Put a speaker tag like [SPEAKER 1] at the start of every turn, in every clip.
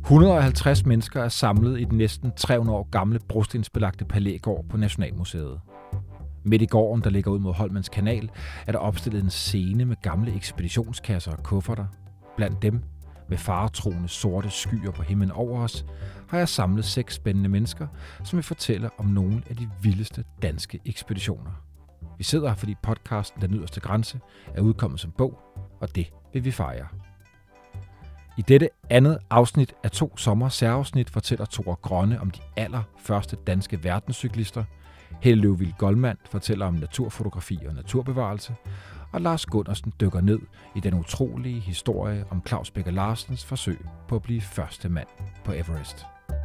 [SPEAKER 1] 150 mennesker er samlet i den næsten 300 år gamle brostensbelagte palægård på Nationalmuseet. Midt i gården, der ligger ud mod Holmens Kanal, er der opstillet en scene med gamle ekspeditionskasser og kufferter. Blandt dem, med faretruende sorte skyer på himlen over os, har jeg samlet 6 spændende mennesker, som vil fortælle om nogle af de vildeste danske ekspeditioner. Vi sidder her, fordi podcasten Den Yderste Grænse er udkommet som bog, og det vil vi fejre. I dette andet afsnit af 2 sommer-særafsnit fortæller Tore Grønne om de allerførste danske verdenscyklister, Helle Løvvild Goldman fortæller om naturfotografi og naturbevarelse, og Lars Gundersen dykker ned i den utrolige historie om Claus Becker Larsens forsøg på at blive første mand på Everest.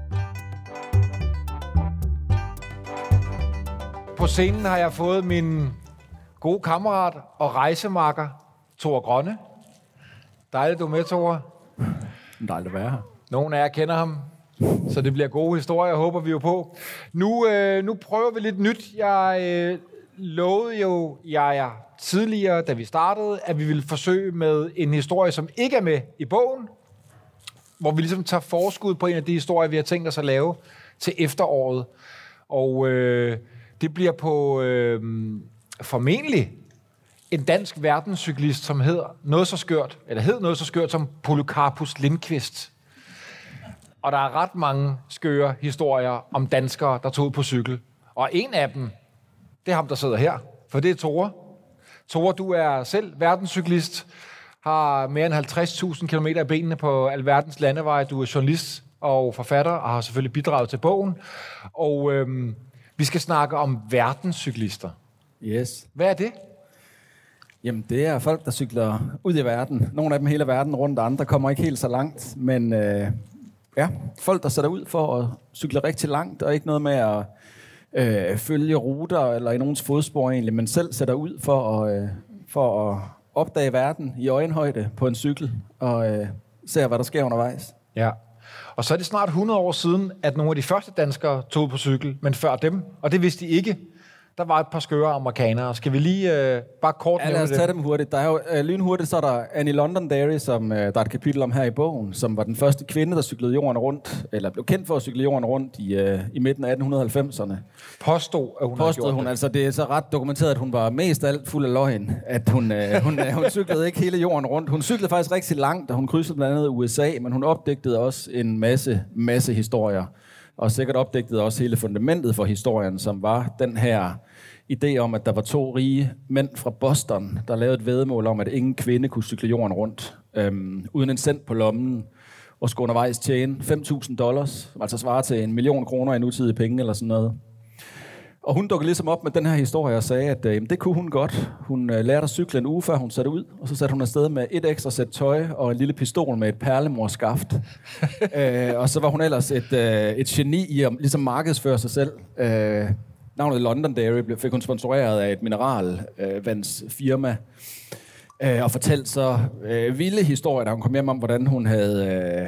[SPEAKER 1] På scenen har jeg fået min gode kammerat og rejsemakker, Tore Grønne. Dejligt, du er med, Tore.
[SPEAKER 2] Dejligt at være her.
[SPEAKER 1] Nogle af jer kender ham, så det bliver gode historier, håber vi jo på. Nu prøver vi lidt nyt. Jeg lovede jo jer tidligere, da vi startede, at vi ville forsøge med en historie, som ikke er med i bogen, hvor vi ligesom tager forskud på en af de historier, vi har tænkt os at lave til efteråret. Og det bliver på formentlig en dansk verdenscyklist, som hed noget så skørt som Polycarpus Lindqvist. Og der er ret mange skøre historier om danskere, der tog ud på cykel. Og en af dem, det er ham, der sidder her, for det er Tore. Tore, du er selv verdenscyklist, har mere end 50.000 km i benene på alverdens landeveje. Du er journalist og forfatter, og har selvfølgelig bidraget til bogen. Og vi skal snakke om verdenscyklister.
[SPEAKER 2] Yes.
[SPEAKER 1] Hvad er det?
[SPEAKER 2] Jamen, det er folk, der cykler ud i verden. Nogle af dem hele verden rundt, andre kommer ikke helt så langt. Men folk, der sætter ud for at cykle rigtig langt, og ikke noget med at følge ruter eller i nogens fodspor egentlig, men selv sætter ud for at opdage verden i øjenhøjde på en cykel, og ser, hvad der sker undervejs.
[SPEAKER 1] Ja. Og så er det snart 100 år siden, at nogle af de første danskere tog ud på cykel, men før dem, og det vidste de ikke. Der var et par skøre amerikanere. Skal vi lige bare kort nævne det?
[SPEAKER 2] Ja, lad os tage dem hurtigt. Der er jo lynhurtigt, så er der Annie Londonderry, som der er et kapitel om her i bogen, som var den første kvinde, der cyklede jorden rundt, eller blev kendt for at cykle jorden rundt i midten af 1890'erne.
[SPEAKER 1] Påstod hun.
[SPEAKER 2] Altså det er så ret dokumenteret, at hun var mest alt fuld af løgn, at hun cyklede ikke hele jorden rundt. Hun cyklede faktisk rigtig langt, og hun krydsede blandt andet USA, men hun opdigtede også en masse historier. Og sikkert opdigtede også hele fundamentet for historien, som var den her idé om, at der var 2 rige mænd fra Boston, der lavede et væddemål om, at ingen kvinde kunne cykle jorden rundt, uden en cent på lommen, og skulle undervejs tjene $5.000, altså svare til 1 million kroner i nutidige penge eller sådan noget. Og hun dukkede ligesom op med den her historie og sagde, at det kunne hun godt. Hun lærte at cykle en uge før hun satte ud, og så satte hun afsted med et ekstra sæt tøj og en lille pistol med et perlemorskaft. Og så var hun ellers et geni i at ligesom markedsføre sig selv. Navnet Londonderry fik hun sponsoreret af et mineralvandsfirma, og fortalte så vilde historier, da hun kom hjem om, hvordan hun havde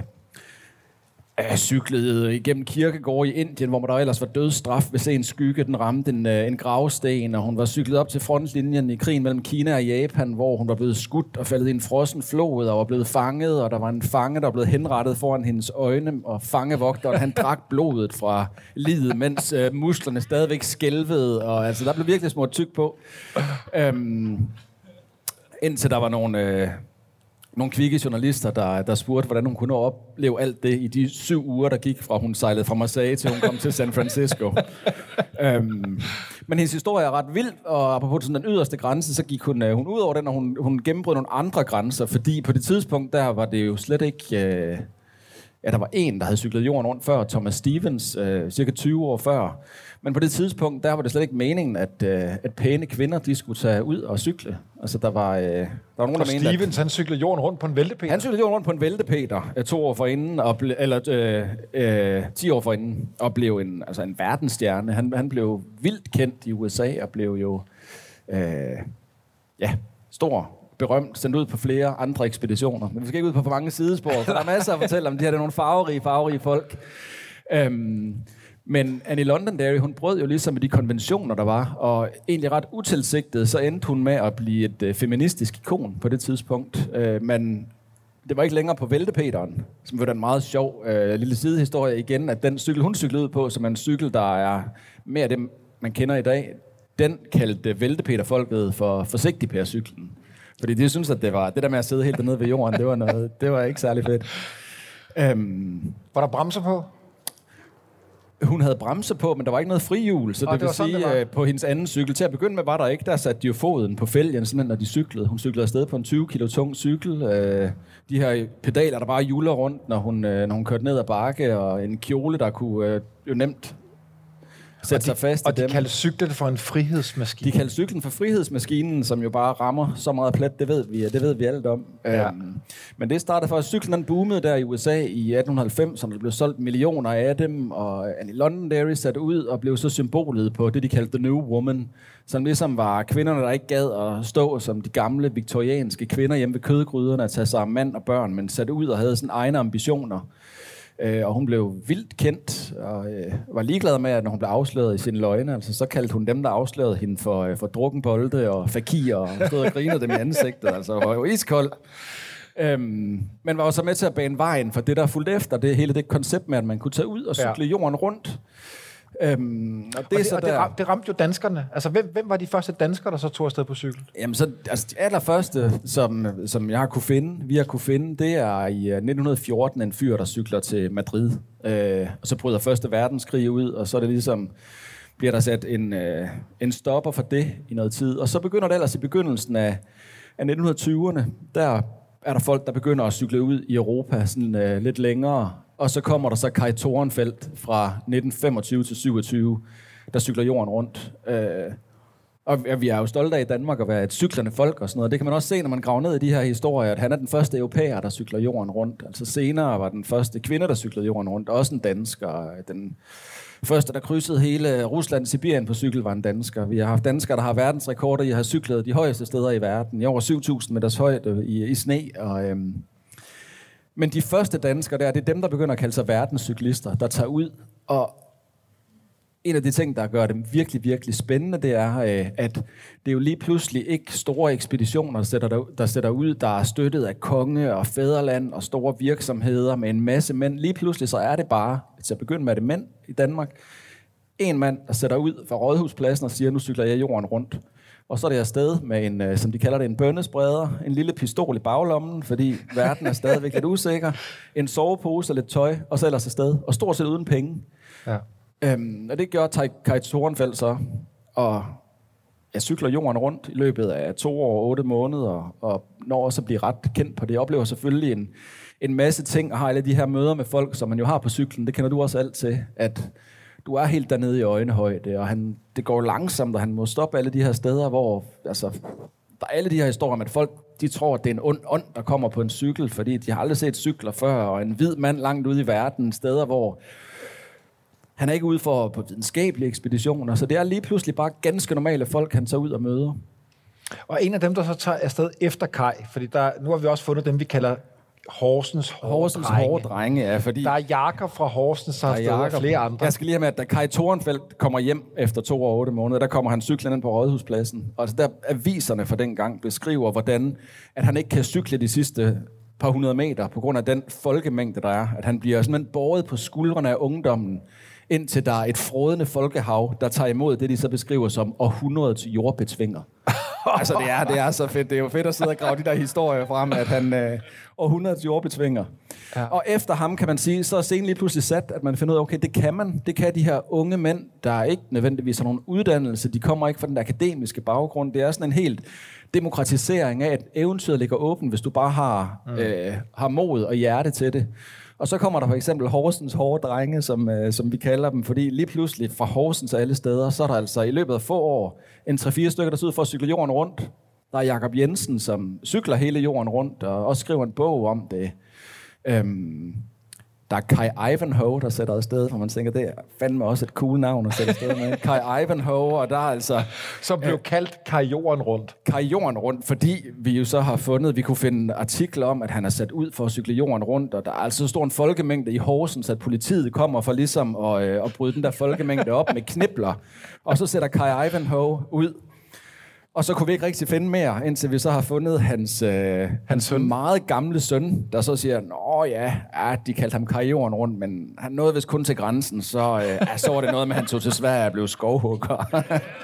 [SPEAKER 2] cyklede igennem kirkegårde i Indien, hvor der ellers var dødsstraf, hvis en skygge den ramte en gravsten, og hun var cyklet op til frontlinjen i krigen mellem Kina og Japan, hvor hun var blevet skudt og faldet i en frossen flod og var blevet fanget, og der var en fange, der var blevet henrettet foran hendes øjne, og fangevogteren, han drak blodet fra livet, mens musklerne stadigvæk skælvede, og altså der blev virkelig smurt tyk på. Indtil der var nogle kvikke journalister, der spurgte, hvordan hun kunne opleve alt det i de 7 uger, der gik fra hun sejlede fra Marseille til hun kom til San Francisco. Men hendes historie er ret vild, og apropos sådan den yderste grænse, så gik hun ud over den, og hun gennembrød nogle andre grænser, fordi på det tidspunkt, der var det jo slet ikke... der var en, der havde cyklet jorden rundt før, Thomas Stevens, cirka 20 år før. Men på det tidspunkt, der var det slet ikke meningen, at pæne kvinder, de skulle tage ud og cykle. Altså, der var nogen, der mente,
[SPEAKER 1] Stevens, han cyklede jorden rundt på en væltepeter?
[SPEAKER 2] Han cyklede jorden rundt på en væltepeter 2 år forinden, 10 år forinden, og blev en verdensstjerne. Han blev vildt kendt i USA, og blev jo stor, berømt, sendt ud på flere andre ekspeditioner. Men vi skal ikke ud på for mange sidespor, for der er masser at fortælle om. De her, det er nogle farverige folk. Men Annie Londonderry, hun brød jo ligesom med de konventioner, der var, og egentlig ret utilsigtet, så endte hun med at blive et feministisk ikon på det tidspunkt. Man det var ikke længere på Væltepeteren, som var en meget sjov lille sidehistorie igen, at den cykel, hun cyklede ud på, som er en cykel, der er mere af det, man kender i dag, den kaldte Væltepeter-folket for forsigtig-Per-cyklen. Fordi de synes, at det der med at sidde helt dernede ved jorden, det var ikke særlig fedt.
[SPEAKER 1] Var der bremser på?
[SPEAKER 2] Hun havde bremser på, men der var ikke noget frihjul, så det vil sige, på hendes anden cykel, til at begynde med var der ikke, der satte de jo foden på fælgen, simpelthen når de cyklede. Hun cyklede afsted på en 20 kilo tung cykel. De her pedaler, der bare hjuler rundt, når hun kørte ned ad bakke, og en kjole, der kunne jo nemt sætte sig fast i dem.
[SPEAKER 1] Og de kaldte cyklen for en frihedsmaskine.
[SPEAKER 2] De kaldte cyklen for frihedsmaskinen, som jo bare rammer så meget plet, det ved vi alt om. Ja. Men det startede for, at cyklen den boomede der i USA i 1890, så der blev solgt millioner af dem, og Annie Londonderry satte ud og blev så symbolet på det, de kaldte The New Woman, som ligesom var kvinderne, der ikke gad at stå som de gamle viktorianske kvinder hjemme ved kødgryderne at tage sig af mand og børn, men satte ud og havde sådan egne ambitioner. Og hun blev vildt kendt, og var ligeglad med, at når hun blev afsløret i sine løgne, altså, så kaldte hun dem, der afslørede hende for drukkenbolde og fakir, og stod og grinede dem i ansigtet, altså var jo iskold. Men var jo så med til at bane vejen for det, der fulgte efter, hele det koncept med, at man kunne tage ud og cykle jorden rundt.
[SPEAKER 1] Det ramte jo danskerne. Altså, hvem var de første danskere, der så tog afsted på cykel?
[SPEAKER 2] Jamen, så, altså, de allerførste, som vi har kunne finde, det er i 1914 en fyr, der cykler til Madrid. Og så bryder Første Verdenskrig ud, og så er det ligesom, bliver der sat en stopper for det i noget tid. Og så begynder det ellers i begyndelsen af 1920'erne, der er der folk, der begynder at cykle ud i Europa sådan lidt længere. Og så kommer der så Kai Torenfeldt fra 1925 til 27, der cykler jorden rundt. Og vi er jo stolte af i Danmark at være et cyklerne folk og sådan noget. Det kan man også se, når man graver ned i de her historier, at han er den første europæer, der cykler jorden rundt. Altså senere var den første kvinde, der cyklede jorden rundt. Også en dansker. Den første, der krydsede hele Rusland og Sibirien på cykel, var en dansker. Vi har haft danskere, der har verdensrekorder i at have cyklet de højeste steder i verden. I over 7.000 meters højde i sne. Men de første danskere det er dem, der begynder at kalde sig verdenscyklister, der tager ud. Og en af de ting, der gør dem virkelig, virkelig spændende, det er, at det er jo lige pludselig ikke store ekspeditioner, der sætter ud, der er støttet af konge og fædreland og store virksomheder med en masse mænd. Lige pludselig så er det bare, til at begynde med det mænd i Danmark, en mand, der sætter ud fra Rådhuspladsen og siger, nu cykler jeg jorden rundt. Og så er det afsted med en, som de kalder det, en bønnespreder, en lille pistol i baglommen, fordi verden er stadigvæk lidt usikker, en sovepose og lidt tøj, og så ellers afsted, og stort set uden penge. Ja. Og det gør Kai Torenfeldt så, og jeg cykler jorden rundt i løbet af 2 år og 8 måneder, og når også at blive ret kendt på det. Jeg oplever selvfølgelig en masse ting, og har alle de her møder med folk, som man jo har på cyklen, det kender du også alt til, at du er helt dernede i øjenhøjde, og det går langsomt, og han må stoppe alle de her steder, hvor altså, der er alle de her historier med, at folk de tror, at det er en ond ånd, der kommer på en cykel, fordi de har aldrig set cykler før, og en hvid mand langt ude i verden, steder, hvor han er ikke ude for på videnskabelige ekspeditioner, så det er lige pludselig bare ganske normale folk, han tager ud og møder.
[SPEAKER 1] Og en af dem, der så tager afsted efter Kai, fordi nu har vi også fundet dem, vi kalder Horsens hårde drenge.
[SPEAKER 2] Ja, fordi
[SPEAKER 1] der er Jakob fra Horsens, der er flere andre.
[SPEAKER 2] Jeg skal lige have med, at da Kai Torenfeldt kommer hjem efter 2 år og 8 måneder, der kommer han cyklen ind på Rådhuspladsen. Og altså der aviserne for den gang beskriver, hvordan at han ikke kan cykle de sidste par 100 meter, på grund af den folkemængde, der er. At han bliver simpelthen båret på skuldrene af ungdommen, indtil der er et frådende folkehav, der tager imod det, de så beskriver som århundredets jordbetsvinger. Altså, det er så fedt. Det er jo fedt at sidde og grave de der historier frem, at han århundredets jordbetsvinger. Ja. Og efter ham, kan man sige, så er scenen lige pludselig sat, at man finder ud af, okay, det kan man. Det kan de her unge mænd, der ikke nødvendigvis har nogen uddannelse. De kommer ikke fra den akademiske baggrund. Det er sådan en helt demokratisering af, at eventyret ligger åben, hvis du bare har mod og hjerte til det. Og så kommer der for eksempel Horsens hårde drenge, som vi kalder dem, fordi lige pludselig fra Horsens og alle steder, så er der altså i løbet af få år en 3-4 stykker, der sidder for at cykle jorden rundt. Der er Jakob Jensen, som cykler hele jorden rundt, og også skriver en bog om det. Der er Kai Ivanhoe, der sætter afsted, for man tænker, det er fandme også et cool navn at sætte afsted med. Kai Ivanhoe, og der er altså...
[SPEAKER 1] Som blev kaldt Kai Jorden rundt.
[SPEAKER 2] Kai Jorden rundt, fordi vi jo så har fundet, vi kunne finde artikler om, at han er sat ud for at cykle jorden rundt, og der er altså så stor en folkemængde i Horsens, at politiet kommer for ligesom at bryde den der folkemængde op med knibler, og så sætter Kai Ivanhoe ud. Og så kunne vi ikke rigtig finde mere, indtil vi så har fundet hans meget gamle søn, der så siger, nå ja, de kaldte ham Karl rundt, men han nåede vist kun til grænsen, så var det noget med, at han tog til Sverige og blev skovhugger.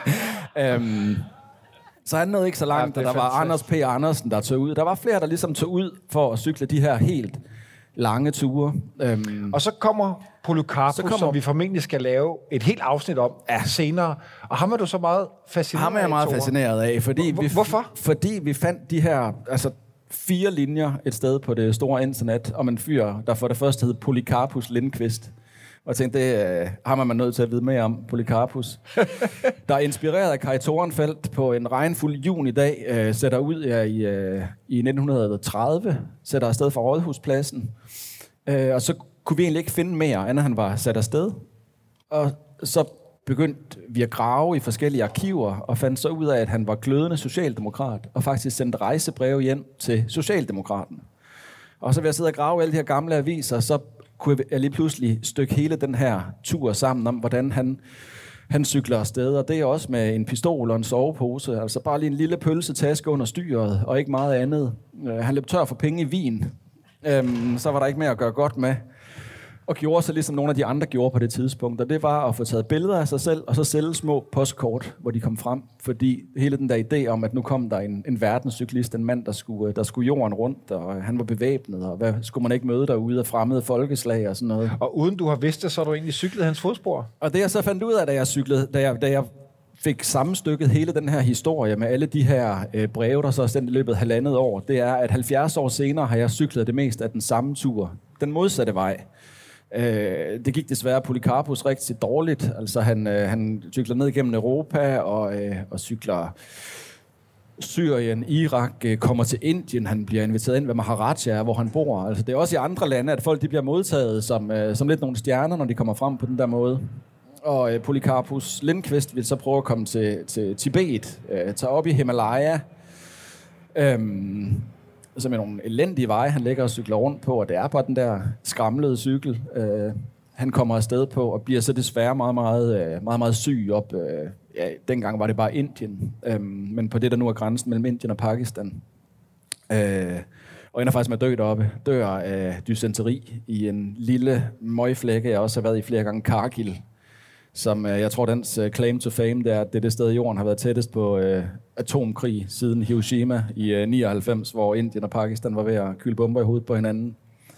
[SPEAKER 2] Så han nåede ikke så langt, og der var Anders P. Andersen, der tog ud. Der var flere, der ligesom tog ud for at cykle de her helt lange ture.
[SPEAKER 1] Og så kommer Polikarpus, som vi formentlig skal lave et helt afsnit om senere. Og ham er du så meget fascineret af?
[SPEAKER 2] Ham er jeg meget fascineret af, fordi
[SPEAKER 1] hvorfor?
[SPEAKER 2] Fordi vi fandt de her 4 linjer et sted på det store internet om en fyr, der for det første hed Polikarpus Lindqvist. Og jeg tænkte, ham er man nødt til at vide mere om, Polikarpus. Der er inspireret af Kai Thorenfeldt på en regnfuld junidag, sætter ud i 1930, sætter afsted fra Rådhuspladsen. Og så kunne vi egentlig ikke finde mere, end han var sat afsted. Og så begyndte vi at grave i forskellige arkiver, og fandt så ud af, at han var glødende socialdemokrat, og faktisk sendte rejsebreve hjem til Socialdemokraten. Og så ved at sidde og grave alle de her gamle aviser, så kunne jeg lige pludselig stykke hele den her tur sammen om, hvordan han cykler afsted. Og det er også med en pistol og en sovepose. Altså bare lige en lille pølsetaske under styret, og ikke meget andet. Han løb tør for penge i Wien. Så var der ikke mere at gøre godt med. Og gjorde så ligesom nogle af de andre gjorde på det tidspunkt. Og det var at få taget billeder af sig selv, og så sælge små postkort, hvor de kom frem. Fordi hele den der idé om, at nu kom der en verdenscyklist, en mand, der skulle jorden rundt, og han var bevæbnet, og hvad skulle man ikke møde derude af fremmede folkeslag og sådan noget.
[SPEAKER 1] Og uden du har vidst det, så har du egentlig cyklet hans fodspor?
[SPEAKER 2] Og det jeg så fandt ud af, da jeg fik sammenstykket hele den her historie med alle de her breve, der så er sendt i løbet af 1,5 år, det er, at 70 år senere har jeg cyklet det meste af den samme tur. Den modsatte vej. Det gik desværre Polikarpus rigtig dårligt. Altså han cykler ned igennem Europa og cykler Syrien, Irak, kommer til Indien. Han bliver inviteret ind ved Maharaja, hvor han bor. Altså det er også i andre lande, at folk de bliver modtaget som lidt nogle stjerner, når de kommer frem på den der måde. Og Polikarpus Lindqvist vil så prøve at komme til Tibet, tage op i Himalaya. Som er nogle elendige veje, han ligger og cykler rundt på, og det er bare den der skramlede cykel, han kommer afsted på, og bliver så desværre meget syg op. Dengang var det bare Indien, men på det, der nu er grænsen mellem Indien og Pakistan. Og ender faktisk med at dø deroppe. Dør af dysenteri i en lille møgflække. Jeg har også været i flere gange Kargil, som jeg tror, dens claim to fame, det er, at det er det sted i jorden har været tættest på atomkrig siden Hiroshima i 99, hvor Indien og Pakistan var ved at kylde bomber i hovedet på hinanden.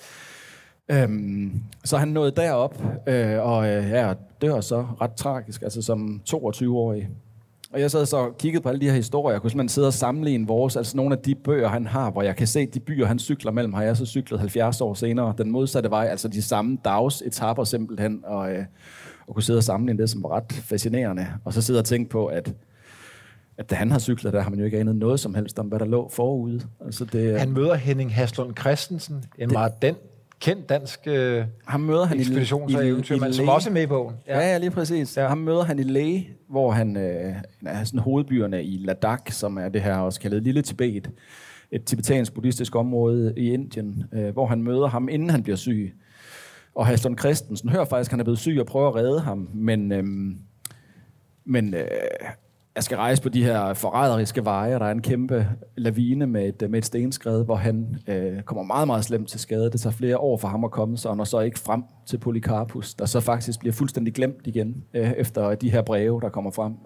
[SPEAKER 2] Så han nåede derop, og dør så ret tragisk, altså som 22-årig. Og jeg sad så og kiggede på alle de her historier. Jeg kunne simpelthen sidde og sammenligne altså nogle af de bøger, han har, hvor jeg kan se, de byer, han cykler mellem, har jeg så cyklet 70 år senere. Den modsatte vej, altså de samme dags-etapper simpelthen, og kunne sidde og sammenligne det, som var ret fascinerende. Og så sidde og tænke på, at da han har cyklet, der har man jo ikke anet noget som helst om, hvad der lå forude. Altså
[SPEAKER 1] han møder Henning Haslund Christensen, en meget kendt dansk ekspeditions- og eventyrmand, som også er med i bogen.
[SPEAKER 2] Ja, lige præcis. Ja. Ham møder han i Leh, hvor han er sådan hovedbyerne i Ladakh, som er det her også kaldet Lille Tibet, et tibetansk buddhistisk område i Indien, hvor han møder ham, inden han bliver syg. Og Haslund Christensen hører faktisk, at han er blevet syg og prøver at redde ham, men jeg skal rejse på de her forræderiske veje, og der er en kæmpe lavine med et stenskred, hvor han kommer meget, meget slemt til skade. Det tager flere år for ham at komme sig, og når så ikke frem til Polikarpus, der så faktisk bliver fuldstændig glemt igen, efter de her breve, der kommer frem.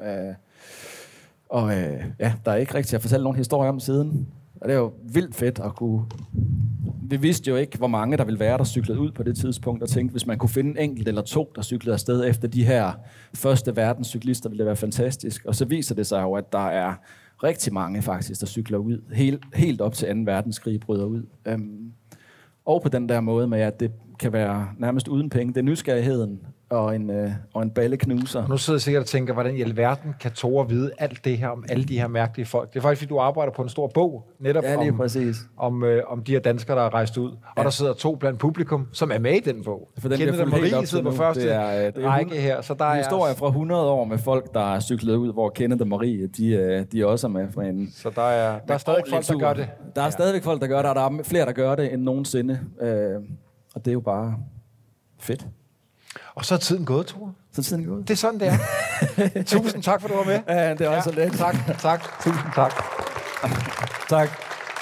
[SPEAKER 2] Der er ikke rigtig at fortælle nogen historie om siden. Og det er jo vildt fedt at kunne... Vi vidste jo ikke, hvor mange der ville være, der cyklede ud på det tidspunkt, og tænkte, hvis man kunne finde en enkelt eller 2, der cyklede afsted efter de her første verdenscyklister, ville det være fantastisk. Og så viser det sig jo, at der er rigtig mange faktisk, der cykler ud, helt op til 2. verdenskrig bryder ud. Og på den der måde med, at det kan være nærmest uden penge. Det er nysgerrigheden og en balleknuser.
[SPEAKER 1] Nu sidder jeg sikkert og tænker, hvordan i alverden kan Tore vide alt det her om alle de her mærkelige folk? Det er faktisk, fordi du arbejder på en stor bog, netop om de her danskere, der er rejst ud. Og der sidder 2 blandt publikum, som er med i den bog.
[SPEAKER 2] For den Kenneth Marie sidder på første
[SPEAKER 1] række her. Så der er
[SPEAKER 2] historier fra 100 år med folk, der er cyklet ud, hvor Kenneth og Marie, de også er med fra en...
[SPEAKER 1] Så der er stadig folk, der gør det.
[SPEAKER 2] Der er stadigvæk folk, der gør det, og der er flere, der gør det end nogensinde. Og det er jo bare fedt.
[SPEAKER 1] Og så er tiden gået, Tore.
[SPEAKER 2] Så er tiden gået.
[SPEAKER 1] Det er sådan, det er. Tusind tak, for at du var med.
[SPEAKER 2] Ja, det var også lidt.
[SPEAKER 1] Tak. Tusind tak. Tak.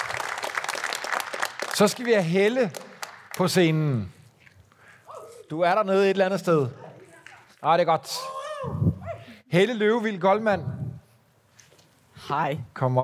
[SPEAKER 1] Så skal vi have Helle på scenen. Du er dernede et eller andet sted. Det er godt. Helle Løvevild Goldman.
[SPEAKER 3] Hej.
[SPEAKER 1] Kom op.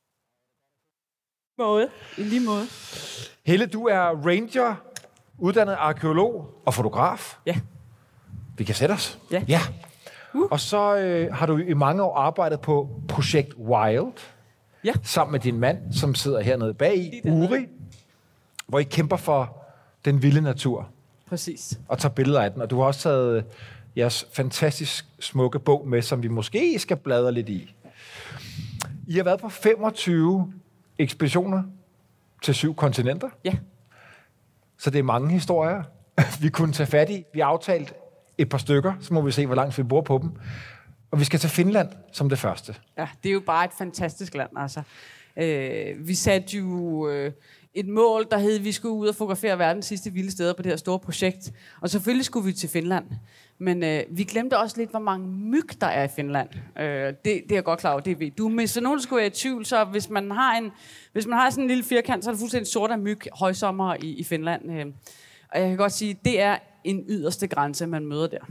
[SPEAKER 3] I lige måde.
[SPEAKER 1] Helle, du er ranger, uddannet arkeolog og fotograf.
[SPEAKER 3] Ja.
[SPEAKER 1] Vi kan sætte os.
[SPEAKER 3] Ja.
[SPEAKER 1] Og så har du i mange år arbejdet på Projekt Wild.
[SPEAKER 3] Ja.
[SPEAKER 1] Sammen med din mand, som sidder hernede bag, Uri. Hvor I kæmper for den vilde natur.
[SPEAKER 3] Præcis.
[SPEAKER 1] Og tager billeder af den. Og du har også taget jeres fantastisk smukke bog med, som vi måske skal bladre lidt i. I har været på 25 ekspeditioner til 7 kontinenter.
[SPEAKER 3] Ja.
[SPEAKER 1] Så det er mange historier, vi kunne tage fat i. Vi har aftalt et par stykker, så må vi se, hvor langt vi bruger på dem. Og vi skal til Finland som det første.
[SPEAKER 3] Ja, det er jo bare et fantastisk land, altså. Vi satte jo et mål, der hed, at vi skulle ud og fotografere verdens sidste vilde steder på det her store projekt. Og selvfølgelig skulle vi til Finland. Men vi glemte også lidt, hvor mange myg der er i Finland. Det er jeg godt klar over, det ved du. Men så nogen, der skulle være i tvivl, så hvis man har sådan en lille firkant, så er det fuldstændig sort af myg højsommer i Finland. Og jeg kan godt sige, det er en yderste grænse, man møder der.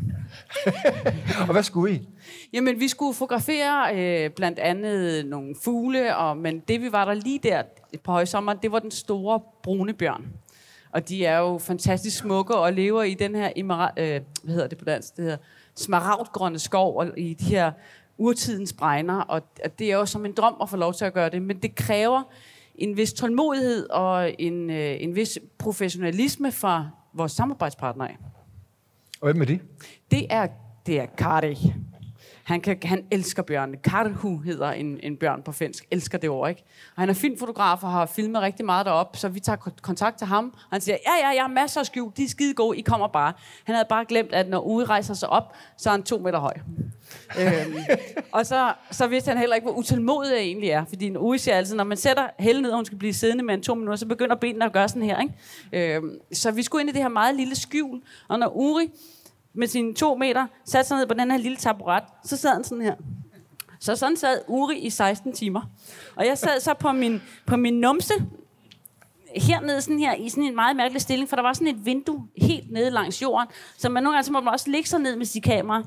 [SPEAKER 1] Og hvad skulle I?
[SPEAKER 3] Jamen, vi skulle fotografere blandt andet nogle fugle, men det vi var der lige der på højsommeren, det var den store brune bjørn. Og de er jo fantastisk smukke og lever i den her hvad hedder det på dansk? Det hedder smaragdgrønne skov og i de her urtidens bregner. Og det er jo som en drøm at få lov til at gøre det, men det kræver en vis tålmodighed og en vis professionalisme fra vores samarbejdspartnere.
[SPEAKER 1] Og hvem er de?
[SPEAKER 3] Det er Kari. Han elsker bjørnene. Karhu hedder en bjørn på finsk. Elsker det ord, ikke? Og han er filmfotograf og har filmet rigtig meget derop, så vi tager kontakt til ham. Og han siger, ja, jeg har masser af skjul. De er skide gode. I kommer bare. Han havde bare glemt, at når Uri rejser sig op, så er han 2 meter høj. Og så vidste han heller ikke, hvor utålmodig jeg egentlig er. Fordi Uri siger altid, når man sætter Helle ned, og hun skal blive siddende med 2 minutter, så begynder benene at gøre sådan her, ikke? Så vi skulle ind i det her meget lille skjul. Og når Uri med sine 2 meter satte sig ned på den her lille taburet, så sad han sådan her. Så sådan sad Uri i 16 timer. Og jeg sad så på min numse, hernede sådan her, i sådan en meget mærkelig stilling, for der var sådan et vindue helt nede langs jorden, så man nogle gange så må man også ligge sig ned med sit kamera.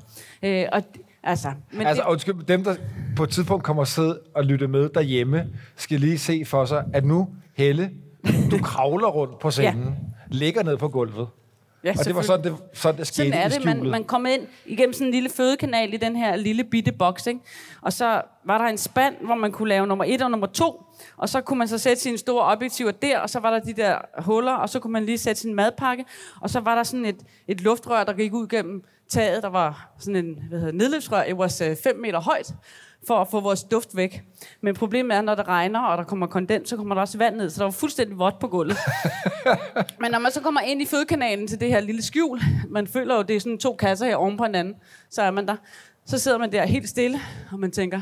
[SPEAKER 1] Undskyld, dem der på et tidspunkt kommer og sidde og lytte med derhjemme, skal lige se for sig, at nu, Helle, du kravler rundt på scenen, ligger ned på gulvet. Ja, og det var sådan, det skete
[SPEAKER 3] sådan er det.
[SPEAKER 1] I skjulet.
[SPEAKER 3] Man kom ind igennem sådan en lille fødekanal i den her lille bitte boks, ikke? Og så var der en spand, hvor man kunne lave nummer 1 og nummer 2, og så kunne man så sætte sine store objektiver der, og så var der de der huller, og så kunne man lige sætte sin madpakke, og så var der sådan et luftrør, der gik ud gennem taget, der var sådan en nedløbsrør, det var 5 meter højt, for at få vores duft væk. Men problemet er, når det regner, og der kommer kondens, så kommer der også vand ned, så der var fuldstændig vådt på gulvet. Men når man så kommer ind i fødekanalen til det her lille skjul, man føler jo, det er sådan 2 kasser her oven på hinanden, så er man der. Så sidder man der helt stille, og man tænker,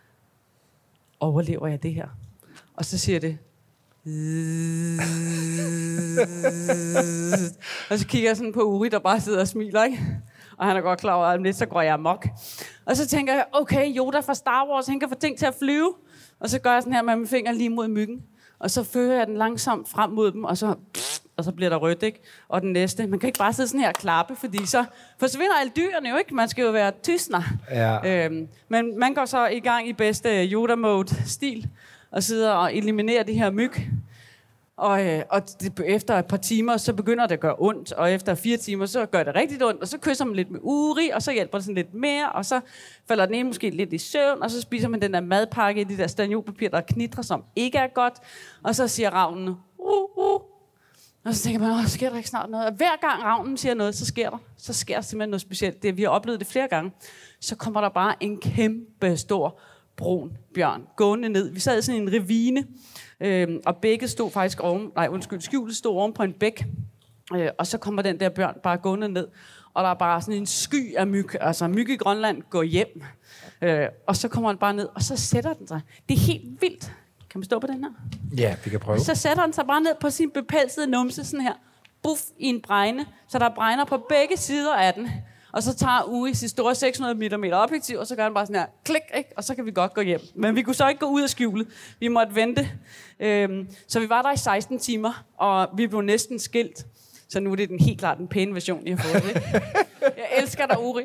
[SPEAKER 3] overlever jeg det her? Og så siger det, og så kigger jeg sådan på Uri, der bare sidder og smiler, ikke? Og han er godt klar over, at lidt så går jeg amok. Og så tænker jeg, okay, Yoda fra Star Wars, han kan få ting til at flyve. Og så gør jeg sådan her med min finger lige mod myggen. Og så fører jeg den langsomt frem mod dem, og så bliver der rødt, ikke? Og den næste, man kan ikke bare sidde sådan her og klappe, fordi så forsvinder alle dyrene jo, ikke? Man skal jo være tysner.
[SPEAKER 1] Ja.
[SPEAKER 3] Men man går så i gang i bedste Yoda-mode-stil, og sidder og eliminerer de her myg. Og efter et par timer, så begynder det at gøre ondt, og efter 4 timer, så gør det rigtig ondt, og så kysser man lidt med Uri, og så hjælper det sådan lidt mere, og så falder den ene måske lidt i søvn, og så spiser man den der madpakke i de der stanjolpapir, der knitrer, som ikke er godt, og så siger ravnen, og så tænker man, sker der ikke snart noget? Og hver gang ravnen siger noget, så sker der simpelthen noget specielt. Vi har oplevet det flere gange. Så kommer der bare en kæmpe stor brun bjørn gående ned. Vi sad i sådan en ravine, og bækket stod faktisk skjulet stod oven på en bæk. Og så kommer den der bjørn bare gående ned, og der er bare sådan en sky af myg. Altså myg i Grønland går hjem. Og så kommer den bare ned, og så sætter den sig. Det er helt vildt. Kan man stå på den her?
[SPEAKER 1] Ja, vi kan prøve.
[SPEAKER 3] Så sætter den sig bare ned på sin bepelsede numse sådan her. buff i en bregne, så der er bregner på begge sider af den. Og så tager Uri sit store 600 mm objektiv, og så gør han bare sådan her, klik, ikke? Og så kan vi godt gå hjem. Men vi kunne så ikke gå ud af skjulet. Vi måtte vente. Så vi var der i 16 timer, og vi blev næsten skilt. Så nu er det helt klart den pæne version, I har fået. Ikke? Jeg elsker dig, Uri.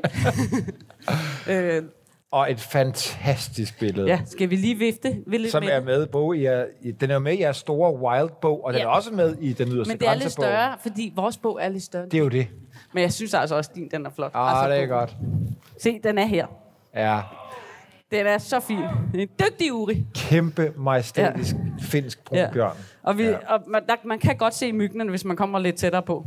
[SPEAKER 1] Og et fantastisk billede.
[SPEAKER 3] Ja, skal vi lige vifte?
[SPEAKER 1] Som er med bog den er med i jeres store Wild-bog, og den er også med i den yderste grænsebog.
[SPEAKER 3] Men det er lidt større, fordi vores bog er lidt større.
[SPEAKER 1] Det er jo det.
[SPEAKER 3] Men jeg synes altså også, at den er flot.
[SPEAKER 1] Det er godt.
[SPEAKER 3] Se, den er her.
[SPEAKER 1] Ja.
[SPEAKER 3] Den er så fin. En dygtig Uri.
[SPEAKER 1] Kæmpe majestætisk finsk brunbjørn.
[SPEAKER 3] Og man kan godt se myggene, hvis man kommer lidt tættere på.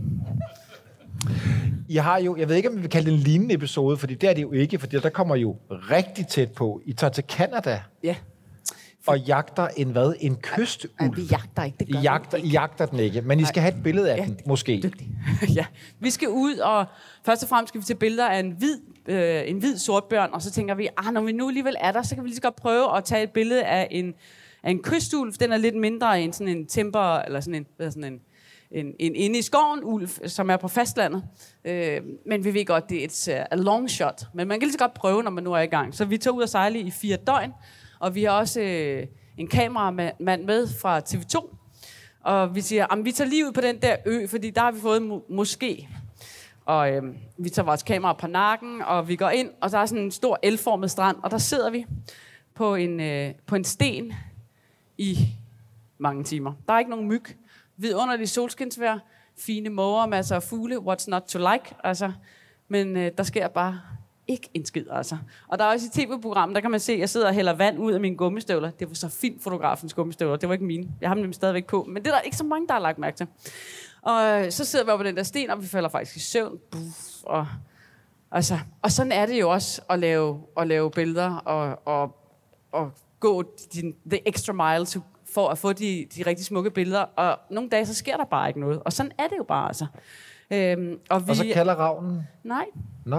[SPEAKER 1] I har jo, jeg ved ikke, om vi vil kalde det en lignende episode, fordi det er det jo ikke, fordi der kommer jo rigtig tæt på. I tager til Canada.
[SPEAKER 3] Ja.
[SPEAKER 1] Og jagter en kystulv.
[SPEAKER 3] Vi jagter ikke, det gør
[SPEAKER 1] I jagter den ikke, men I skal have et billede af den, måske.
[SPEAKER 3] Dygtig. Ja, vi skal ud, og først og fremmest skal vi til billeder af en hvid sortbjørn, og så tænker vi, når vi nu alligevel er der, så kan vi lige så godt prøve at tage et billede af en kystulv. Den er lidt mindre end sådan en timber, eller sådan en inde i skoven ulv, som er på fastlandet. Men vi ved godt, det er et long shot. Men man kan lige så godt prøve, når man nu er i gang. Så vi tager ud og sejle i 4 døgn, og vi har også en kameramand med fra TV2. Og vi siger, vi tager lige ud på den der ø, fordi der har vi fået måske. Og vi tager vores kamera på nakken, og vi går ind, og der er sådan en stor L-formet strand, og der sidder vi på en sten i mange timer. Der er ikke nogen myg. Vidunderlig solskinsvejr, fine måger, masser af fugle, what's not to like, altså. Men der sker bare ikke en skid, altså. Og der er også i tv-programmet, der kan man se, at jeg sidder og hælder vand ud af mine gummistøvler. Det var så fint fotografens gummistøvler, det var ikke mine. Jeg har dem stadigvæk på, men det er der ikke så mange, der har lagt mærke til. Og så sidder vi oppe på den der sten, og vi falder faktisk i søvn. Og sådan er det jo også at lave billeder og gå the extra mile for at få de rigtig smukke billeder. Og nogle dage, så sker der bare ikke noget. Og sådan er det jo bare, altså.
[SPEAKER 1] Og så kalder ravnen?
[SPEAKER 3] Nej.
[SPEAKER 1] Nå?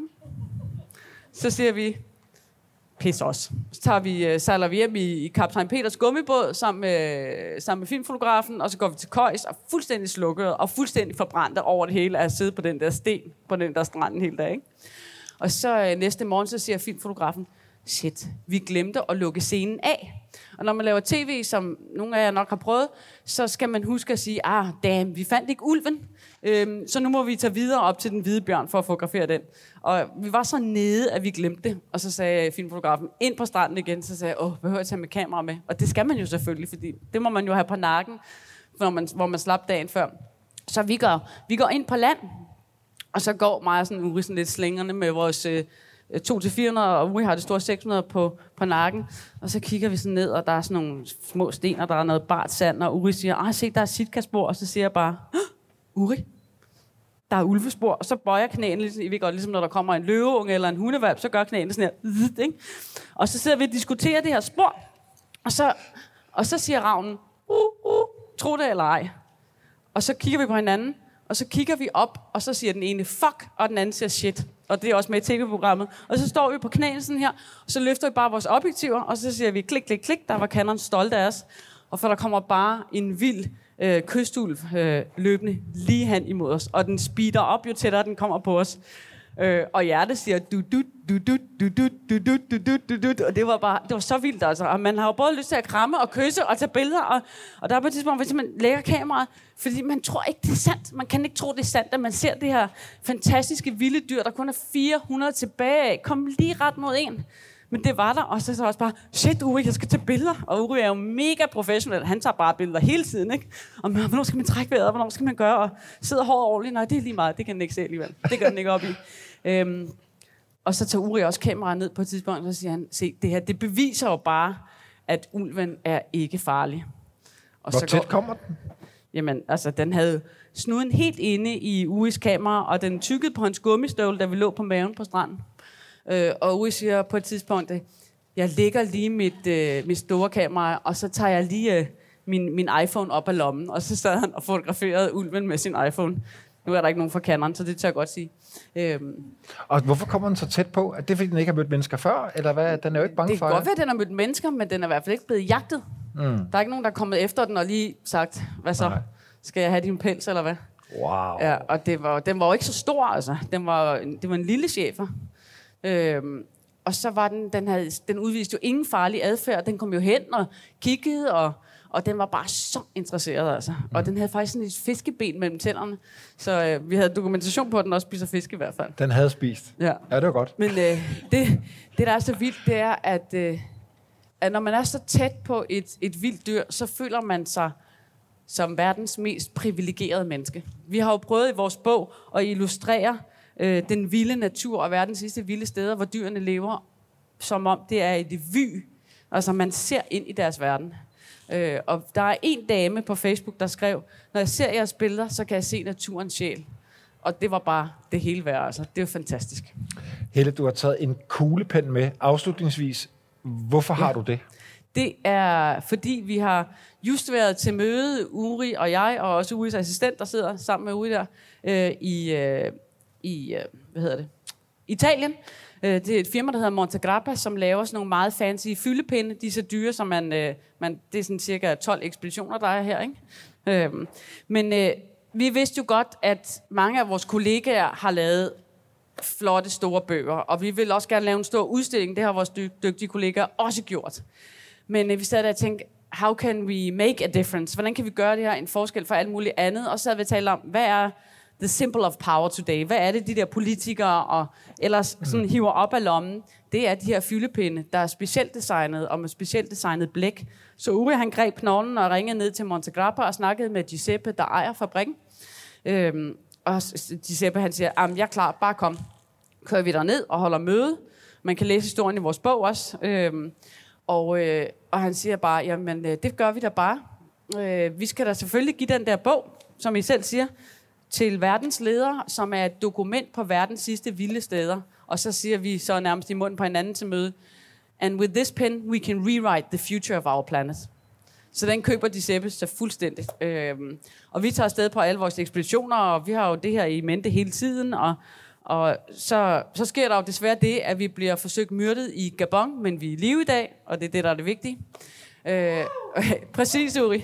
[SPEAKER 3] Så siger vi, pis os. Så sejler vi hjem i Kaptajn Peters gummibåd sammen med filmfotografen, og så går vi til køjs og fuldstændig slukket og fuldstændig forbrændte over det hele at sidde på den der sten, på den der strand hele dagen. Og så næste morgen, så siger filmfotografen, shit, vi glemte at lukke scenen af. Og når man laver tv, som nogle af jer nok har prøvet, så skal man huske at sige, damn, vi fandt ikke ulven, så nu må vi tage videre op til den hvide bjørn for at fotografere den. Og vi var så nede, at vi glemte det. Og så sagde filmfotografen ind på stranden igen, så sagde jeg, behøver jeg tage med kamera med? Og det skal man jo selvfølgelig, fordi det må man jo have på nakken, hvor man slap dagen før. Så vi går ind på land, og så går mig og sådan Uri sådan lidt slængerne med vores 200-400, og Uri har det store 600 på nakken. Og så kigger vi sådan ned, og der er sådan nogle små sten, og der er noget bart sand, og Uri siger, se, der er sitka-spor, og så siger jeg bare, Uri, der er ulvespor, og så bøjer knæene, ligesom når der kommer en løveunge eller en hundevalp, så gør knæene sådan her, ikke? Og så sidder vi og diskuterer det her spor, og så siger ravnen, tro det eller ej. Og så kigger vi på hinanden, og så kigger vi op, og så siger den ene fuck, og den anden siger shit. Og det er også med i tv-programmet. Og så står vi på knæene sådan her, og så løfter vi bare vores objektiver, og så siger vi klik, klik, klik, der var Canon stolte af os. Og for der kommer bare en vild kystulv løbende lige hen imod os. Og den speeder op, jo tættere den kommer på os. Og hjertet siger og det var så vildt, altså. Og man har jo både lyst til at kramme og kysse og tage billeder. Og der er på et tidspunkt, hvis man lægger kameraet, fordi man tror ikke, det er sandt. Man kan ikke tro, det er sandt, at man ser det her fantastiske vilde dyr, der kun er 400 tilbage af. Kom lige ret mod en. Men det var der, og så også bare, shit Uri, jeg skal tage billeder. Og Uri er jo mega professionel, han tager bare billeder hele tiden, ikke? Og hvornår skal man trække vejret, hvornår skal man gøre, og sidder hårdt ordentligt? Nej, det er lige meget, det kan den ikke se alligevel. Det gør den ikke op i. Og så tager Uri også kameraet ned på et tidspunkt, og så siger han, se, det her, det beviser jo bare, at ulven er ikke farlig. Og
[SPEAKER 1] hvor tæt kommer den?
[SPEAKER 3] Jamen, altså, den havde snuden helt inde i Uris kamera, og den tykkede på hans gummistøvle, da vi lå på maven på stranden. Og Uri siger på et tidspunkt, jeg lægger lige mit store kamera, og så tager jeg lige min iPhone op af lommen, og så sad han og fotograferede ulven med sin iPhone. Nu er der ikke nogen fra Canon, så det tør jeg godt sige.
[SPEAKER 1] Og hvorfor kommer den så tæt på? Er det fordi, den ikke har mødt mennesker før? Eller hvad? Den er jo ikke bange for
[SPEAKER 3] det. Det kan godt være, at den har mødt mennesker, men den er i hvert fald ikke blevet jagtet. Der er ikke nogen, der er kommet efter den og lige sagt, hvad så? Nej. Skal jeg have din pels, eller hvad?
[SPEAKER 1] Wow.
[SPEAKER 3] Ja, og den var jo ikke så stor, altså. Det var en lille schæfer. Og så var den udviste jo ingen farlig adfærd. Den kom jo hen og kiggede, og den var bare så interesseret, altså. Og den havde faktisk sådan et fiskeben mellem tænderne. Så vi havde dokumentation på, at den også spiser fisk i hvert fald.
[SPEAKER 1] Den havde spist.
[SPEAKER 3] Ja,
[SPEAKER 1] det var godt.
[SPEAKER 3] Men det, der er så vildt, det er, at når man er så tæt på et vildt dyr, så føler man sig som verdens mest privilegerede menneske. Vi har jo prøvet i vores bog at illustrere den vilde natur og verdens sidste vilde steder, hvor dyrene lever, som om det er et vy. Altså man ser ind i deres verden. Og der er en dame på Facebook, der skrev, når jeg ser jeres billeder, så kan jeg se naturens sjæl. Og det var bare det hele værd. Altså. Det er jo fantastisk.
[SPEAKER 1] Helle, du har taget en kuglepen med. Afslutningsvis, hvorfor har du det? Det
[SPEAKER 3] er, fordi vi har just været til møde, Uri og jeg, og også Uris assistent, der sidder sammen med Uri der, i Italien. Det er et firma, der hedder Montegrappa, som laver sådan nogle meget fancy fyldepinde. De er så dyre, som det er sådan cirka 12 ekspeditioner, der er her, ikke? Men vi vidste jo godt, at mange af vores kollegaer har lavet flotte, store bøger, og vi vil også gerne lave en stor udstilling. Det har vores dygtige kollegaer også gjort. Men vi sad der og tænkte, how can we make a difference? Hvordan kan vi gøre det her en forskel for alt muligt andet? Og så havde vi talt om, hvad er the symbol of power today? Hvad er det, de der politikere og ellers sådan hiver op af lommen? Det er de her fyldepinde, der er specielt designet og med specielt designet blæk. Så Uri, han greb knoglen og ringede ned til Montegrappa og snakkede med Giuseppe, der ejer fabrikken. Og Giuseppe, han siger, jeg er klar, bare kom. Kører vi derned og holder møde. Man kan læse historien i vores bog også. Og han siger bare, jamen det gør vi da bare. Vi skal da selvfølgelig give den der bog, som I selv siger, til verdens ledere, som er et dokument på verdens sidste vilde steder. Og så siger vi så nærmest i munden på hinanden til møde, and with this pen, we can rewrite the future of our planet. Så den køber Giuseppe så fuldstændig. Og vi tager afsted på alle vores ekspeditioner, og vi har jo det her i mente hele tiden, og så sker der jo desværre det, at vi bliver forsøgt myrdet i Gabon, men vi er i live i dag, og det er det, der er det vigtige. Præcis, Uri.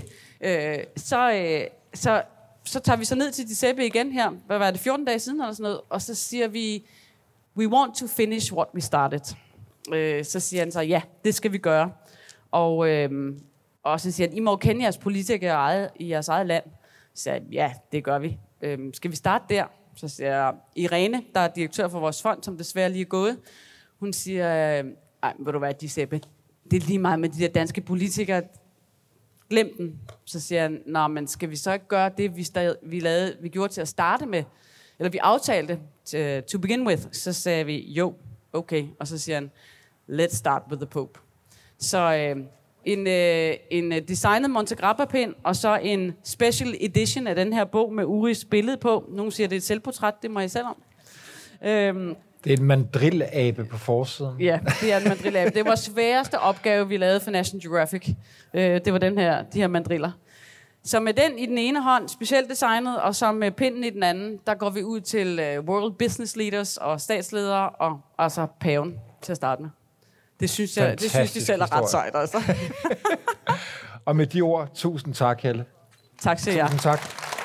[SPEAKER 3] Så tager vi så ned til Giuseppe igen her, hvad var det, 14 dage siden eller sådan noget, og så siger vi, we want to finish what we started. Så siger han så, ja, det skal vi gøre. Og så siger han, I må jo kende jeres politikere i jeres eget land. Så siger jeg, ja, det gør vi. Skal vi starte der? Så siger jeg, Irene, der er direktør for vores fond, som desværre lige er gået. Hun siger, ej, vil du være, Giuseppe, det er lige meget med de der danske politikere. Glem den. Så siger han, nå, men skal vi så ikke gøre det, vi gjorde til at starte med? Eller vi aftalte to begin with. Så sagde vi, jo, okay. Og så siger han, let's start with the Pope. Så en designet Montegrappa-pen, og så en special edition af den her bog med Uris billede på. Nogle siger, det er et selvportræt, det må jeg selv om.
[SPEAKER 1] Det er en mandrillabe på forsiden.
[SPEAKER 3] Ja, det er en mandrillabe. Det var sværeste opgave, vi lavede for National Geographic. Det var de her mandriller. Så med den i den ene hånd, specielt designet, og så med pinden i den anden, der går vi ud til World Business Leaders og statsledere, og altså paven til at starte med. Det synes de selv er ret sejt, altså.
[SPEAKER 1] Og med de ord, tusind tak, Helle.
[SPEAKER 3] Tak til jer.
[SPEAKER 1] Tusind tak.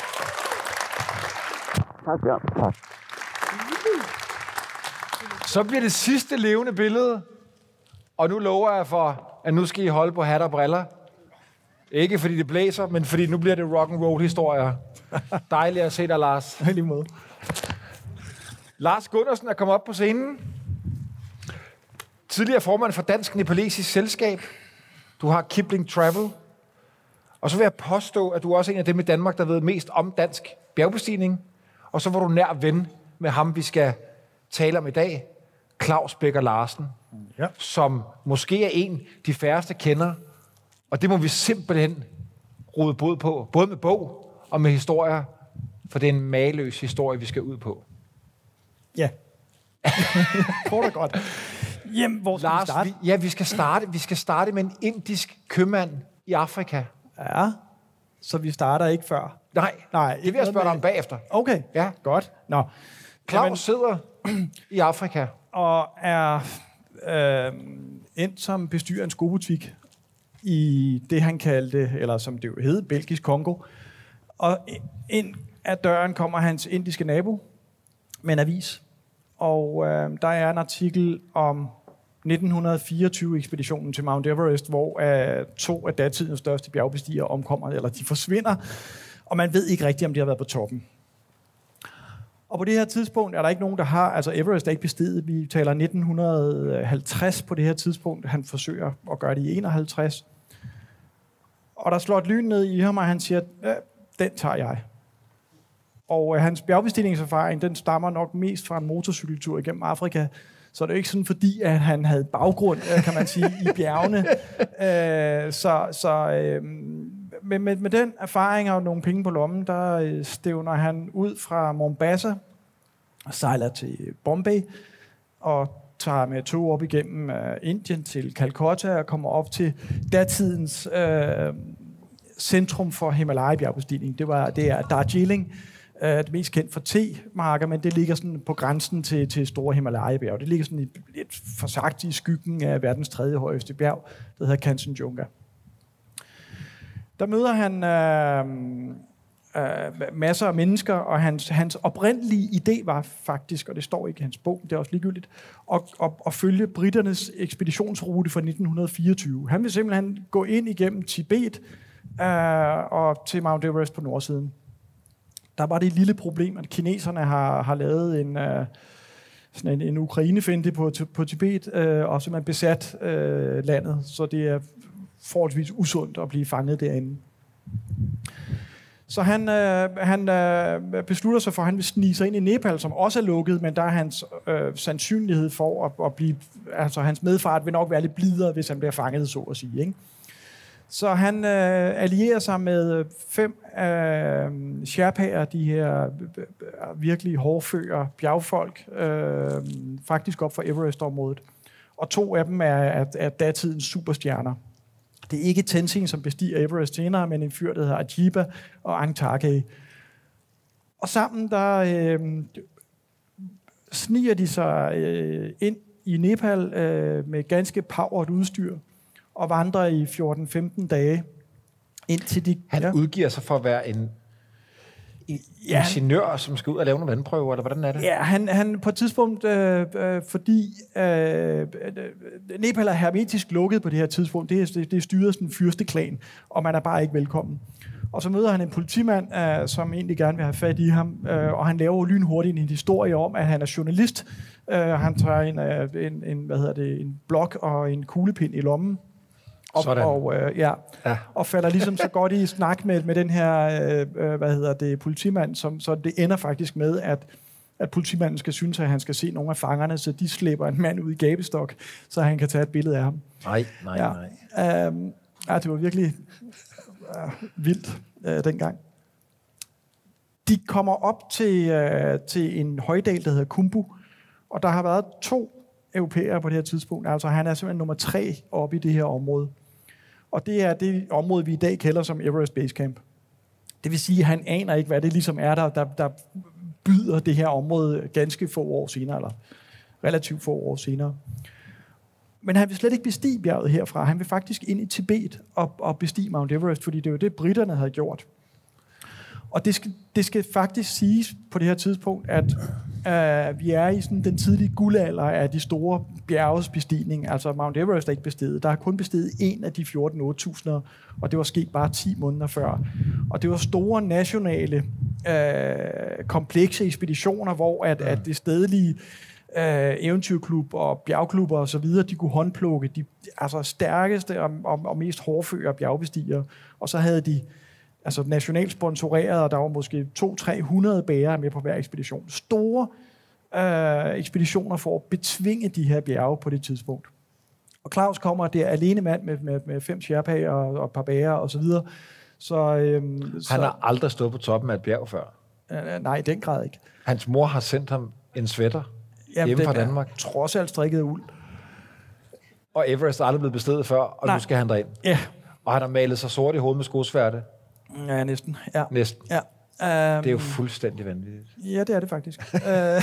[SPEAKER 3] Tak, Bjørn. Tak.
[SPEAKER 1] Så bliver det sidste levende billede, og nu lover jeg for, at nu skal I holde på hat og briller. Ikke fordi det blæser, men fordi nu bliver det rock and roll historier. Dejligt at se dig, Lars.
[SPEAKER 4] Lige måde.
[SPEAKER 1] Lars Gundersen er kommet op på scenen. Tidligere formand for Dansk Nepalesisk Selskab. Du har Kipling Travel. Og så vil jeg påstå, at du er også en af dem i Danmark, der ved mest om dansk bjergbestigning. Og så var du nær ven med ham, vi skal tale om i dag. Claus Becker Larsen.
[SPEAKER 4] Ja.
[SPEAKER 1] Som måske er en, de færreste kender. Og det må vi simpelthen rode bod på. Både med bog og med historier. For det er en mageløs historie, vi skal ud på.
[SPEAKER 4] Ja. Tror det godt. Jamen, hvor skal
[SPEAKER 1] Lars,
[SPEAKER 4] vi starte?
[SPEAKER 1] vi skal starte med en indisk købmand i Afrika.
[SPEAKER 4] Ja, så vi starter ikke før.
[SPEAKER 1] Nej, det vil jeg spørge dig om bagefter.
[SPEAKER 4] Okay,
[SPEAKER 1] ja.
[SPEAKER 4] Godt. Nå.
[SPEAKER 1] Claus sidder i Afrika.
[SPEAKER 4] Og er endt som bestyrer en skobutik i det, han kaldte, eller som det jo hed, Belgisk Kongo. Og en af døren kommer hans indiske nabo med en avis. Og der er en artikel om 1924-ekspeditionen til Mount Everest, hvor 2 af datidens største bjergbestigere omkommer, eller de forsvinder, og man ved ikke rigtigt, om de har været på toppen. Og på det her tidspunkt er der ikke nogen, der har... Altså Everest er ikke besteget. Vi taler 1950 på det her tidspunkt. Han forsøger at gøre det i 51. Og der slår et lyn ned i ham, og han siger, den tager jeg. Og hans bjergbestigningserfaring, den stammer nok mest fra en motorcykeltur igennem Afrika. Så det er ikke sådan, fordi at han havde baggrund, kan man sige, i bjergene. Med den erfaring og nogle penge på lommen, der stævner han ud fra Mombasa og sejler til Bombay og tager med tog op igennem Indien til Calcutta og kommer op til datidens centrum for Himalaya-bjergbestigning. Det er Darjeeling, det mest kendt for te-marker, men det ligger sådan på grænsen til store Himalaya-bjerg. Det ligger sådan lidt forsagt i skyggen af verdens 3. højeste bjerg, der hedder Kanchenjunga. Der møder han masser af mennesker, og hans oprindelige idé var faktisk, og det står ikke i hans bog, det er også ligegyldigt, at følge briternes ekspeditionsrute fra 1924. Han vil simpelthen gå ind igennem Tibet og til Mount Everest på nordsiden. Der var det et lille problem, at kineserne har lavet en Ukraine-finte på Tibet, og simpelthen besat landet, så det er forholdsvis usundt at blive fanget derinde. Så han beslutter sig for, at han vil snige sig ind i Nepal, som også er lukket, men der er hans sandsynlighed for at blive... Altså hans medfart vil nok være lidt blidere, hvis han bliver fanget, så at sige, ikke? Så han allierer sig med 5 sherpaer, de her virkelig hårdføre bjergfolk, faktisk op for Everest-området. Og 2 af dem er datidens superstjerner. Det er ikke Tenzing, som bestiger Everest senere, men en fyr, der hedder Ajiba og Angtake. Og sammen der sniger de sig ind i Nepal med ganske powered udstyr og vandrer i 14-15 dage indtil de...
[SPEAKER 1] Han udgiver sig for at være en ingeniør, som skal ud og lave nogle vandprøver, eller hvordan er det?
[SPEAKER 4] Ja, han på et tidspunkt, fordi Nepal er hermetisk lukket på det her tidspunkt, det er styret sådan en fyrsteklan, og man er bare ikke velkommen. Og så møder han en politimand, som egentlig gerne vil have fat i ham, og han laver lynhurtigt en historie om, at han er journalist. Han tager en blok og en kuglepind i lommen. Og falder ligesom så godt i snak med den her politimand, så det ender faktisk med, at politimanden skal synes, at han skal se nogle af fangerne, så de slipper en mand ud i gabestok, så han kan tage et billede af ham.
[SPEAKER 1] Nej.
[SPEAKER 4] Det var virkelig vildt dengang. De kommer op til en højdal, der hedder Khumbu, og der har været 2 europæere på det her tidspunkt. Altså han er simpelthen nummer 3 oppe i det her område. Og det er det område, vi i dag kalder som Everest Base Camp. Det vil sige, at han aner ikke, hvad det ligesom er, der byder det her område ganske få år senere, eller relativt få år senere. Men han vil slet ikke bestige bjerget herfra. Han vil faktisk ind i Tibet og bestige Mount Everest, fordi det er jo det, briterne havde gjort. Og det skal faktisk siges på det her tidspunkt, at vi er i sådan den tidlige guldalder af de store bjerges bestigning. Altså Mount Everest er ikke besteget. Der er kun besteget 1 af de 14.800, og det var sket bare 10 måneder før. Og det var store nationale, komplekse ekspeditioner, hvor at det stedlige eventyrklub og bjergklubber og så videre, de kunne håndplukke de stærkeste og mest hårdføre bjergbestigere. Og så havde de nationalt sponsoreret, og der var måske 200-300 bærere med på hver ekspedition. Store ekspeditioner for at betvinge de her bjerge på det tidspunkt. Og Claus kommer, det er alene mand med 5 sherpaer og et par bærere og så videre. Han
[SPEAKER 1] har aldrig stået på toppen af et bjerg før?
[SPEAKER 4] Nej, i den grad ikke.
[SPEAKER 1] Hans mor har sendt ham en sweater hjemme fra Danmark?
[SPEAKER 4] Trods alt strikket af uld.
[SPEAKER 1] Og Everest er aldrig blevet bestedet før, og nu skal han derind?
[SPEAKER 4] Ja.
[SPEAKER 1] Og han har malet sig sort i hovedet med skosværte?
[SPEAKER 4] Ja, næsten. Ja.
[SPEAKER 1] Næsten.
[SPEAKER 4] Ja.
[SPEAKER 1] Det er jo fuldstændig vanvittigt.
[SPEAKER 4] Ja, det er det faktisk.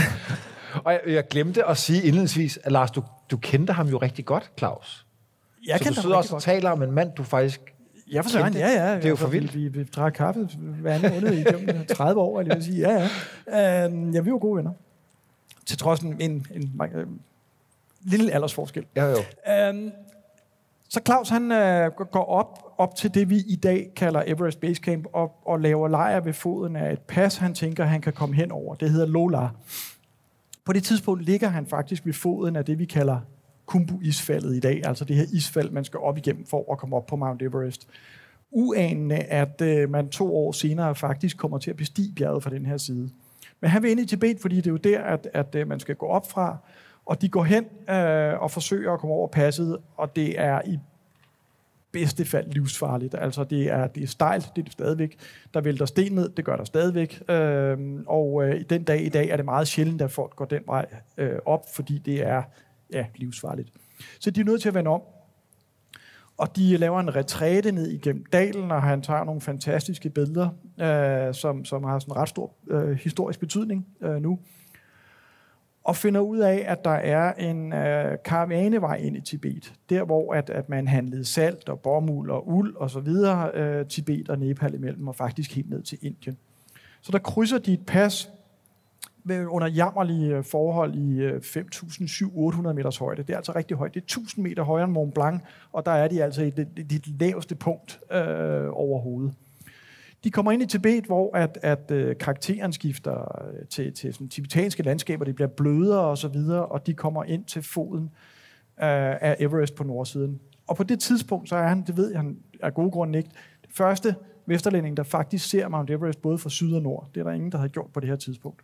[SPEAKER 1] Og jeg glemte at sige indledningsvis, at Lars, du kendte ham jo rigtig godt, Claus.
[SPEAKER 4] Jeg
[SPEAKER 1] så du sidder også og taler om en mand, du faktisk
[SPEAKER 4] Ja, for søren, ja.
[SPEAKER 1] Det er jo for vildt.
[SPEAKER 4] Vi drak kaffe hver anden måned igennem 30 år, eller jeg vil sige, ja. Ja, vi var gode venner. Til trods en lille aldersforskel.
[SPEAKER 1] Ja, jo.
[SPEAKER 4] Så Claus, han går op til det, vi i dag kalder Everest Base Camp, og laver lejr ved foden af et pas, han tænker, han kan komme hen over. Det hedder Lola. På det tidspunkt ligger han faktisk ved foden af det, vi kalder Khumbu-isfaldet i dag, altså det her isfald, man skal op igennem for at komme op på Mount Everest. Uanende, at man 2 år senere faktisk kommer til at bestige bjerget fra den her side. Men han vil ind i Tibet, fordi det er jo der, at man skal gå op fra, og de går hen og forsøger at komme over passet, og det er i bedste fald livsfarligt. Altså det er stejlt, det er det stadigvæk. Der vælter sten ned, det gør der stadigvæk. Den dag i dag er det meget sjældent, at folk går den vej op, fordi det er livsfarligt. Så de er nødt til at vende om. Og de laver en retræte ned igennem dalen, og han tager nogle fantastiske billeder, som har sådan en ret stor historisk betydning nu. Og finder ud af, at der er en karavanevej ind i Tibet. Der, hvor at man handlede salt og bomuld og uld og så videre, Tibet og Nepal imellem, og faktisk helt ned til Indien. Så der krydser de et pas under jammerlige forhold i 5.700-800 meters højde. Det er altså rigtig højt. Det er 1.000 meter højere end Mont Blanc, og der er de altså i det laveste punkt overhovedet. De kommer ind i Tibet, hvor at karakteren skifter til sådan tibetanske landskaber, det bliver blødere og så videre, og de kommer ind til foden af Everest på nordsiden. Og på det tidspunkt, så er han, det ved jeg, han af gode grunde ikke, det første vesterlænding, der faktisk ser Mount Everest både fra syd og nord. Det er der ingen, der havde gjort på det her tidspunkt.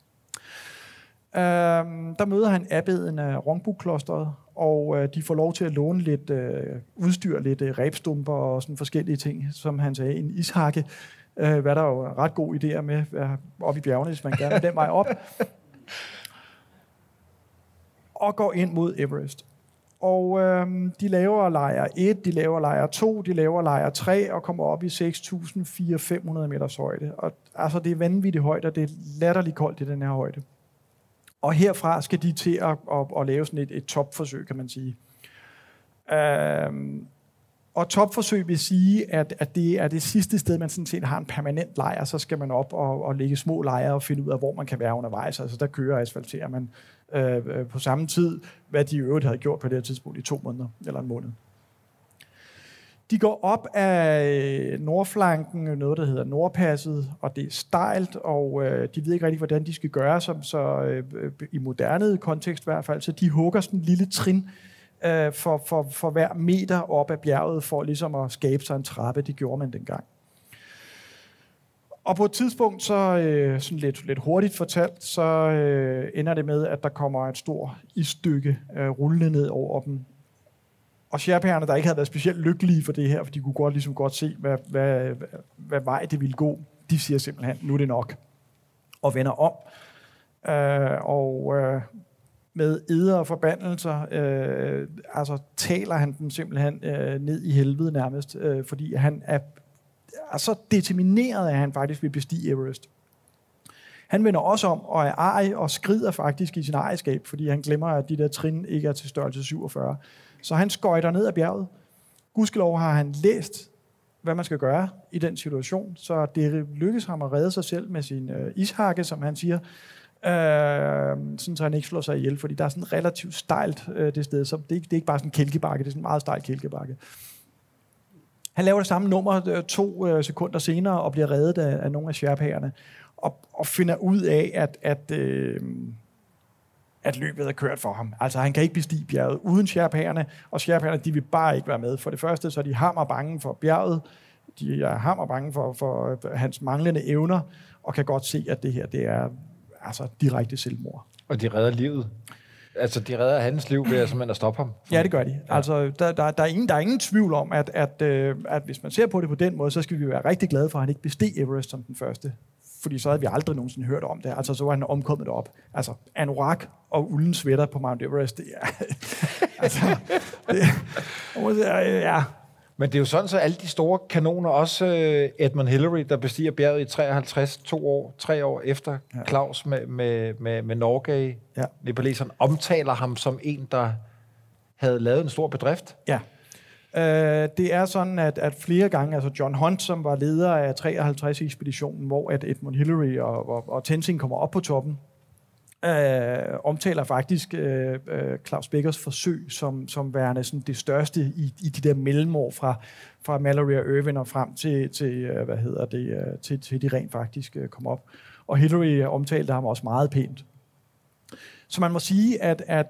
[SPEAKER 4] Der møder han abbeden af Rongbu-klosteret, og de får lov til at låne lidt udstyr, lidt rebstumper og sådan forskellige ting, som han sagde, en ishakke, hvad der jo er ret god idéer med op i bjergene, hvis man gerne vil den vej op, og går ind mod Everest. Og de laver lejr 1, de laver lejr 2, de laver lejr 3 og kommer op i 6.400-500 meters højde. Og altså, det er vanvittigt højt, og det er latterligt koldt i den her højde. Og herfra skal de til at lave sådan et topforsøg, kan man sige. Og topforsøg vil sige, at det er det sidste sted, man sådan set har en permanent lejr. Så skal man op og lægge små lejre og finde ud af, hvor man kan være undervejs. Altså der kører og asfalterer man på samme tid, hvad de i øvrigt havde gjort på det her tidspunkt i 2 måneder eller en måned. De går op af nordflanken, noget der hedder Nordpasset, og det er stejlt, og de ved ikke rigtig, hvordan de skal gøre, så i moderne kontekst i hvert fald, så de hugger sådan en lille trin for hver meter op ad bjerget, for ligesom at skabe sig en trappe. Det gjorde man dengang. Og på et tidspunkt, så sådan lidt hurtigt fortalt, så ender det med, at der kommer et stort isstykke rullende ned over dem. Og sherpaerne, der ikke havde været specielt lykkelige for det her, for de kunne godt se, hvad vej det ville gå, de siger simpelthen, nu er det nok, og vender om. Med eder og forbandelser, altså taler han dem simpelthen ned i helvede nærmest, fordi han er så determineret, at han faktisk vil bestige Everest. Han vender også om og er arg og skrider faktisk i sin ejerskab, fordi han glemmer, at de der trin ikke er til størrelse 47. Så han skøjter ned ad bjerget. Gudskelov har han læst, hvad man skal gøre i den situation, så det lykkes ham at redde sig selv med sin ishakke, som han siger, sådan så han ikke slår sig ihjel, fordi der er sådan relativt stejlt det sted, så det er ikke bare sådan en kælkebakke, det er sådan en meget stejl kælkebakke. Han laver det samme nummer 2 sekunder senere og bliver reddet af nogle af sherpaerne og finder ud af, at løbet er kørt for ham. Altså, han kan ikke bestige bjerget uden sherpaerne, og sherpaerne, de vil bare ikke være med. For det første, så er de hammer bange for bjerget, de er hammer bange for hans manglende evner, og kan godt se, at det her, det er altså direkte selvmord.
[SPEAKER 1] Og de redder livet. Altså, de redder hans liv ved simpelthen at stoppe ham.
[SPEAKER 4] Ja, det gør de. Ja. Altså, der er ingen tvivl om, at hvis man ser på det på den måde, så skal vi være rigtig glade for, at han ikke besteg Everest som den første. Fordi så havde vi aldrig nogensinde hørt om det. Altså, så var han omkommet derop. Altså, anorak og ulden sweater på Mount Everest, det er... altså, ja.
[SPEAKER 1] Men det er jo sådan, så alle de store kanoner, også Edmund Hillary, der bestiger bjerget i 53, 3 år efter Claus med Norgay,
[SPEAKER 4] ja.
[SPEAKER 1] nepaleseren, omtaler ham som en, der havde lavet en stor bedrift.
[SPEAKER 4] Ja. Det er sådan, at flere gange, altså John Hunt, som var leder af 53-ekspeditionen, hvor at Edmund Hillary og Tenzing kommer op på toppen, omtaler faktisk Klaus Beckers forsøg som værende sådan det største i de der mellemår fra Mallory og Irvin og frem til de rent faktisk kom op. Og Hillary omtalte ham også meget pænt. Så man må sige, at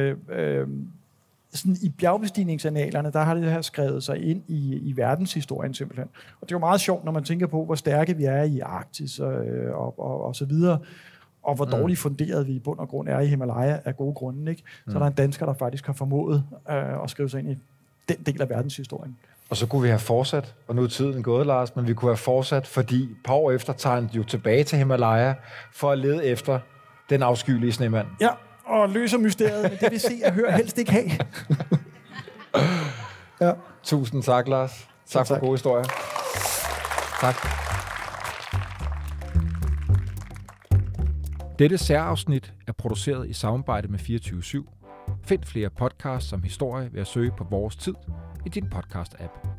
[SPEAKER 4] sådan i bjergbestigningsanalerne, der har det her skrevet sig ind i verdenshistorien simpelthen. Og det er jo meget sjovt, når man tænker på, hvor stærke vi er i Arktis og så videre, og hvor dårligt funderet vi i bund og grund er i Himalaya af gode grunde, ikke? Så der er en dansker, der faktisk har formået at skrive sig ind i den del af verdenshistorien.
[SPEAKER 1] Og så kunne vi have fortsat, og nu er tiden gået, Lars, men vi kunne have fortsat, fordi et par år efter tager han jo tilbage til Himalaya for at lede efter den afskyelige snemand.
[SPEAKER 4] Ja, og løser mysteriet, men det vil se og høre helst ikke have.
[SPEAKER 1] Ja. Tusind tak, Lars. Tak for gode historier. Tak. Dette særafsnit er produceret i samarbejde med 24/7. Find flere podcasts om historie ved at søge på Vores Tid i din podcast-app.